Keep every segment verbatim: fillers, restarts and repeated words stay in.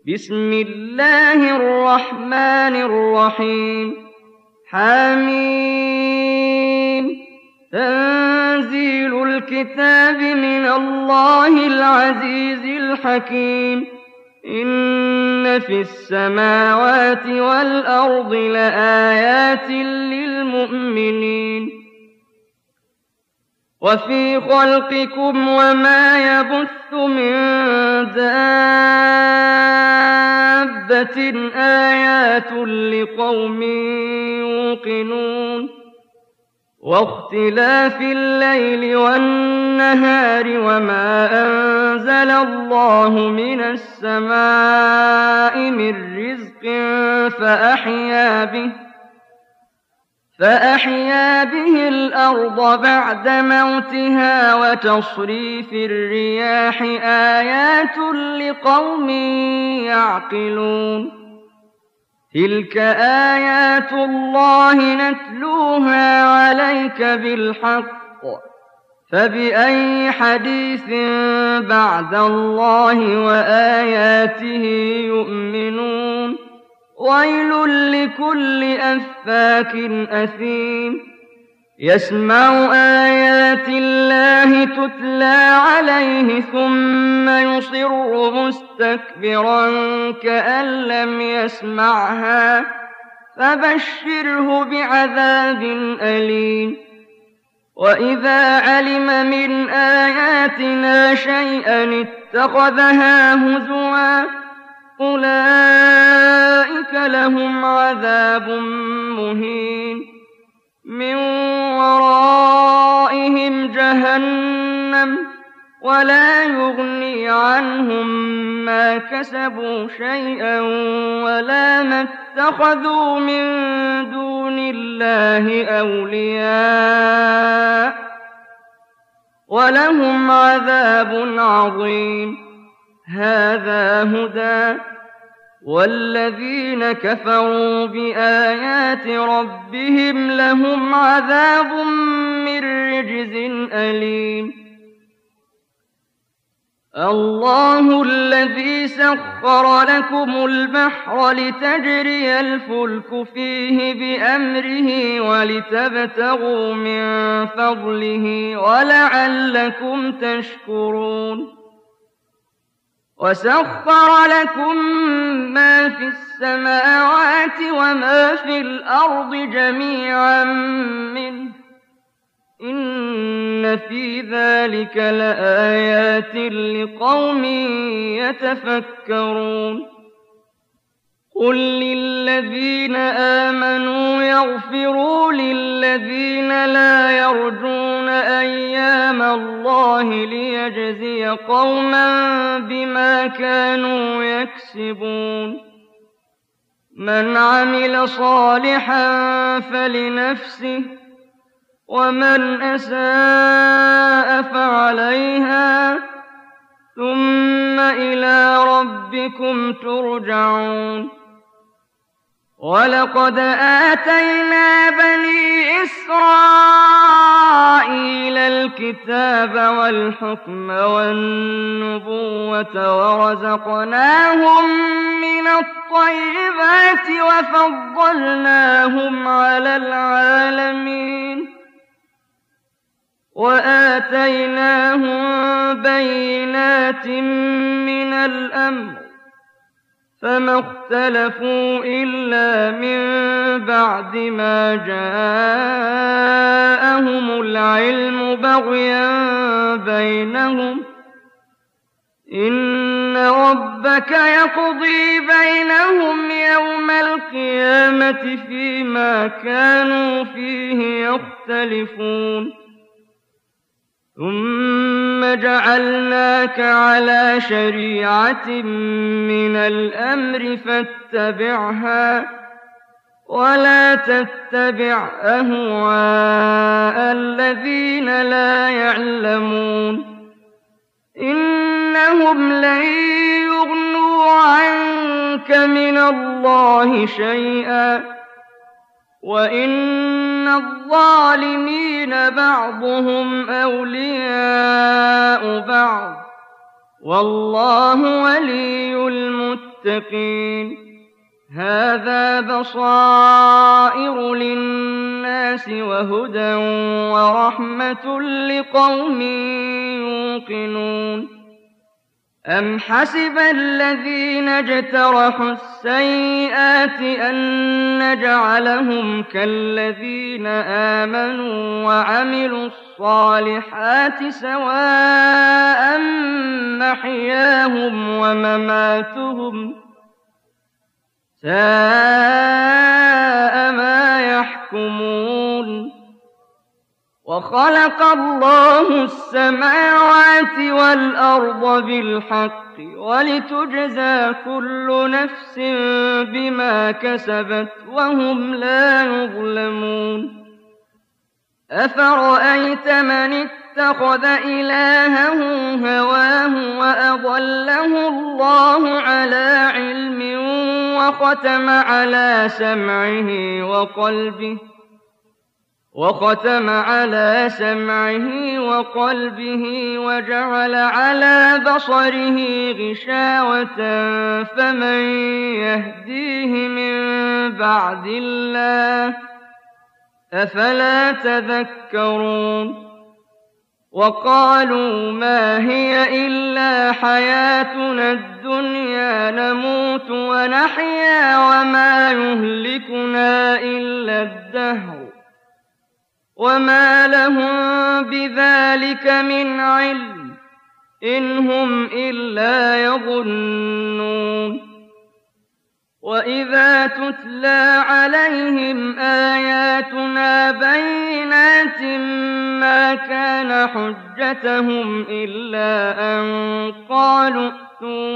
بسم الله الرحمن الرحيم حميم تنزيل الكتاب من الله العزيز الحكيم إن في السماوات والأرض لآيات للمؤمنين وفي خلقكم وما يبث من دابة آيات لقوم يوقنون واختلاف الليل والنهار وما أنزل الله من السماء من رزق فأحيا به فأحيا به الأرض بعد موتها وتصريف الرياح آيات لقوم يعقلون تلك آيات الله نتلوها عليك بالحق فبأي حديث بعد الله وآياته يؤمنون ويل لكل أفاك أثيم يسمع آيات الله تتلى عليه ثم يصر مستكبرا كأن لم يسمعها فبشره بعذاب أليم وإذا علم من آياتنا شيئا اتخذها هزوا أولئك لهم عذاب مهين من ورائهم جهنم ولا يغني عنهم ما كسبوا شيئا ولا ما اتخذوا من دون الله أولياء ولهم عذاب عظيم هذا هدى والذين كفروا بآيات ربهم لهم عذاب من رجز أليم الله الذي سخر لكم البحر لتجري الفلك فيه بأمره ولتبتغوا من فضله ولعلكم تشكرون وسخر لكم ما في السماوات وما في الأرض جميعا منه إن في ذلك لآيات لقوم يتفكرون قل للذين آمنوا يغفروا للذين لا يرجون أيام الله ليجزي قوما بما كانوا يكسبون من عمل صالحا فلنفسه ومن أساء فعليها ثم إلى ربكم ترجعون ولقد آتينا بني إسرائيل الكتاب والحكم والنبوة ورزقناهم من الطيبات وفضلناهم على العالمين وآتيناهم بينات من الأمر فما اختلفوا إلا من بعد ما جاءهم العلم بغيا بينهم إن ربك يقضي بينهم يوم القيامة فيما كانوا فيه يختلفون ثم جعلناك على شريعة من الأمر فاتبعها ولا تتبع أهواء الذين لا يعلمون إنهم لن يغنوا عنك من الله شيئا وإن الظالمين بعضهم أولياء بعض والله ولي المتقين للمتقين هذا بصائر للناس وهدى ورحمة لقوم يوقنون أم حسب الذين اجترحوا السيئات أن نجعلهم كالذين آمنوا وعملوا الصالحات سواء محياهم ومماتهم ساء ما يحكمون وخلق الله السماوات والأرض بالحق ولتجزى كل نفس بما كسبت وهم لا يظلمون أفرأيت من اتخذ إلهه هواه وأضله الله على علم وختم على سمعه وقلبه وختم على سمعه وقلبه وجعل على بصره غشاوة فمن يهديه من بعد الله أفلا تذكرون وقالوا ما هي إلا حياتنا الدنيا نموت ونحيا وما يهلكنا إلا الدهر وما لهم بذلك من علم إن هم إلا يظنون وإذا تتلى عليهم آياتنا بينات ما كان حجتهم إلا أن قالوا ائتوا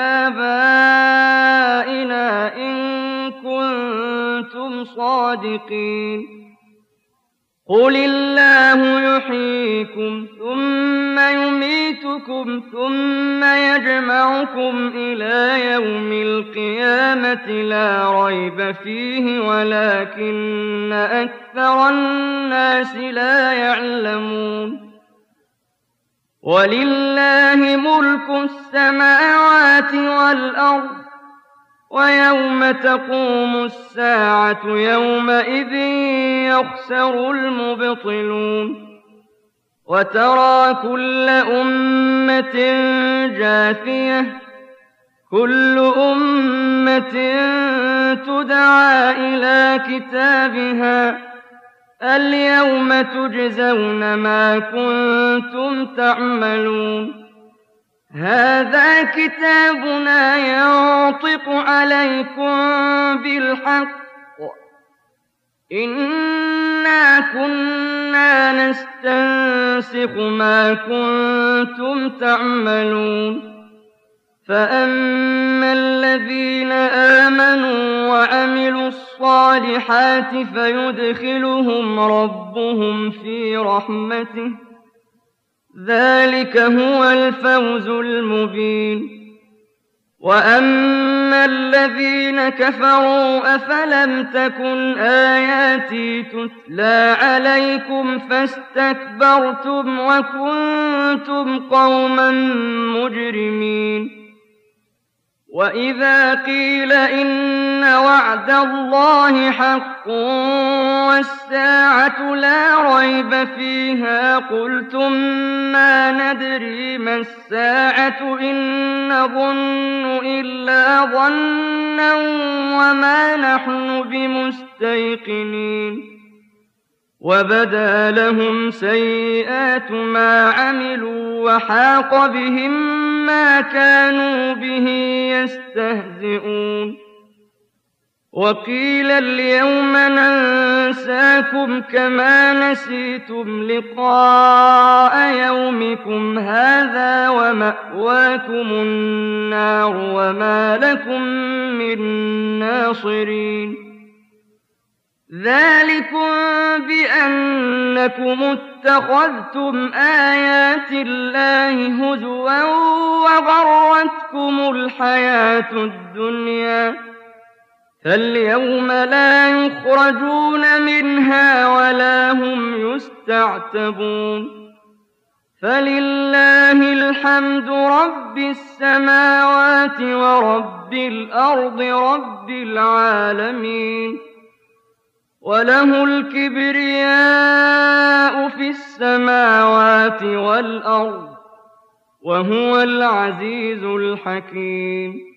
بآبائنا إن كنتم صادقين قل الله يحييكم ثم يميتكم ثم يجمعكم إلى يوم القيامة لا ريب فيه ولكن أكثر الناس لا يعلمون ولله ملك السماوات والأرض ويوم تقوم الساعة يومئذ يخسر المبطلون وترى كل أمة جاثية كل أمة تدعى إلى كتابها اليوم تجزون ما كنتم تعملون هذا كتابنا ينطق عليكم بالحق إنا كنا نستنسخ ما كنتم تعملون فأما الذين آمنوا وعملوا الصالحات فيدخلهم ربهم في رحمته ذلك هو الفوز المبين وأما الذين كفروا أفلم تكن آياتي تتلى عليكم فاستكبرتم وكنتم قوما مجرمين وإذا قيل إن وعد الله حق والساعة لا ريب فيها قلتم ما ندري ما الساعة إن نظن إلا ظنا وما نحن بمستيقنين وبدا لهم سيئات ما عملوا وحاق بهم ما كانوا به يستهزئون وقيل اليوم ننساكم كما نسيتم لقاء يومكم هذا ومأواكم النار وما لكم من ناصرين ذلكم بأنكم اتخذتم آيات الله هزوا وغرتكم الحياة الدنيا فاليوم لا يخرجون منها ولا هم يستعتبون فلله الحمد رب السماوات ورب الأرض رب العالمين وله الكبرياء في السماوات والأرض وهو العزيز الحكيم